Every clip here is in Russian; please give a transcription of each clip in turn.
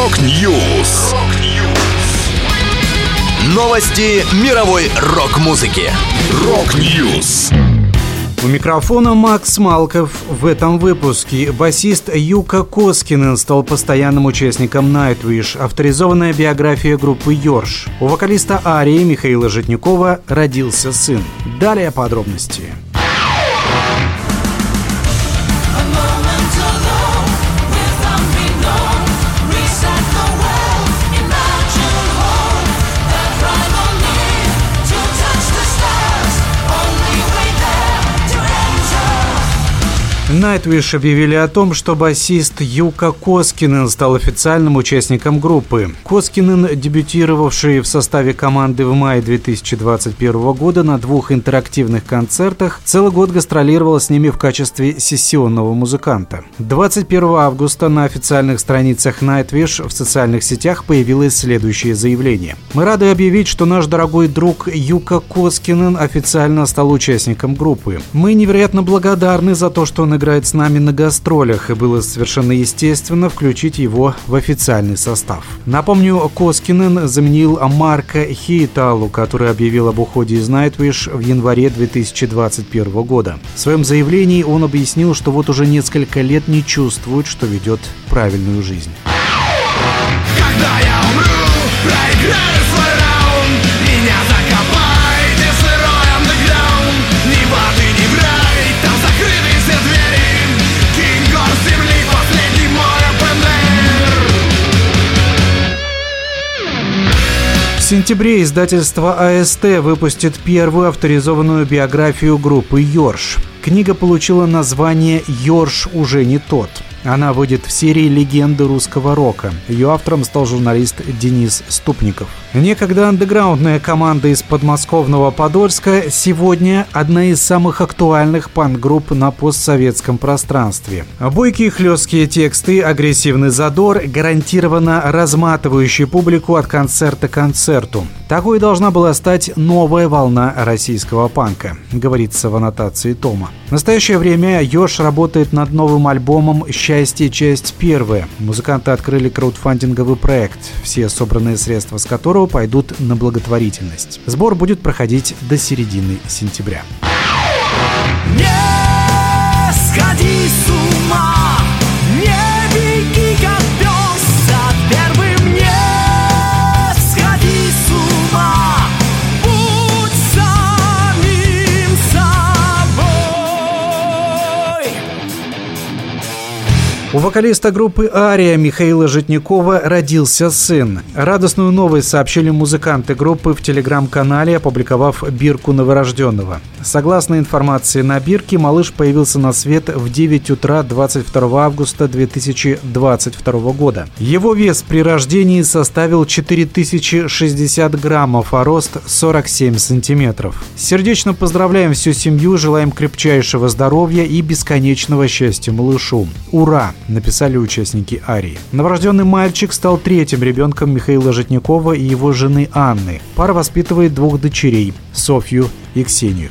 Рок-Ньюс. Новости мировой рок-музыки. Рок-Ньюс. У микрофона Макс Малков. В этом выпуске басист Юка Коскинен стал постоянным участником Nightwish. Авторизованная биография группы Йорш. У вокалиста Арии Михаила Житникова родился сын. Далее подробности. Nightwish объявили о том, что басист Юка Коскинен стал официальным участником группы. Коскинен, дебютировавший в составе команды в мае 2021 года на 2 интерактивных концертах, целый год гастролировал с ними в качестве сессионного музыканта. 21 августа на официальных страницах Nightwish в социальных сетях появилось следующее заявление. «Мы рады объявить, что наш дорогой друг Юка Коскинен официально стал участником группы. Мы невероятно благодарны за то, что он играет с нами на гастролях, и было совершенно естественно включить его в официальный состав». Напомню, Коскинен заменил Марка Хейталу, который объявил об уходе из Nightwish в январе 2021 года. В своем заявлении он объяснил, что вот уже несколько лет не чувствует, что ведет правильную жизнь. Когда я умру, проиграю свой раунд, меня закопайте в сырой андеграунд. Ни в ад и ни в рай, там закрыты все двери. Кинг-Конг с земли, последний мой ОПНР. В сентябре издательство АСТ выпустит первую авторизованную биографию группы Йорш. Книга получила название «Йорш уже не тот». Она выйдет в серии «Легенды русского рока». Ее автором стал журналист Денис Ступников. Некогда андеграундная команда из подмосковного Подольска сегодня одна из самых актуальных панк-групп на постсоветском пространстве. Бойкие хлесткие тексты, агрессивный задор, гарантированно разматывающий публику от концерта к концерту. Такой должна была стать новая волна российского панка, говорится в аннотации тома. В настоящее время Йорш работает над новым альбомом «Счастье. Часть первая». Музыканты открыли краудфандинговый проект, все собранные средства с которого пойдут на благотворительность. Сбор будет проходить до середины сентября. Не сходи с ума, не беги, как пес за первым, не сходи с ума, будь самим собой. У вокалиста группы Ария Михаила Житникова родился сын. Радостную новость сообщили музыканты группы в телеграм-канале, опубликовав бирку новорожденного. Согласно информации на бирке, малыш появился на свет в 9 утра 22 августа 2022 года. Его вес при рождении составил 4060 граммов, а рост 47 сантиметров. Сердечно поздравляем всю семью, желаем крепчайшего здоровья и бесконечного счастья малышу. Ура! Написали участники Арии. Новорожденный мальчик стал третьим ребенком Михаила Житникова и его жены Анны. Пара воспитывает 2 дочерей – Софью и Ксению.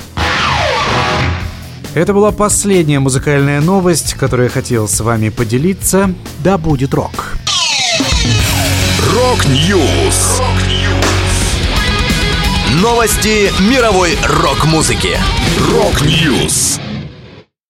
Это была последняя музыкальная новость, которую я хотел с вами поделиться. Да будет рок! Рок-Ньюс. Новости мировой рок-музыки. Рок-Ньюс.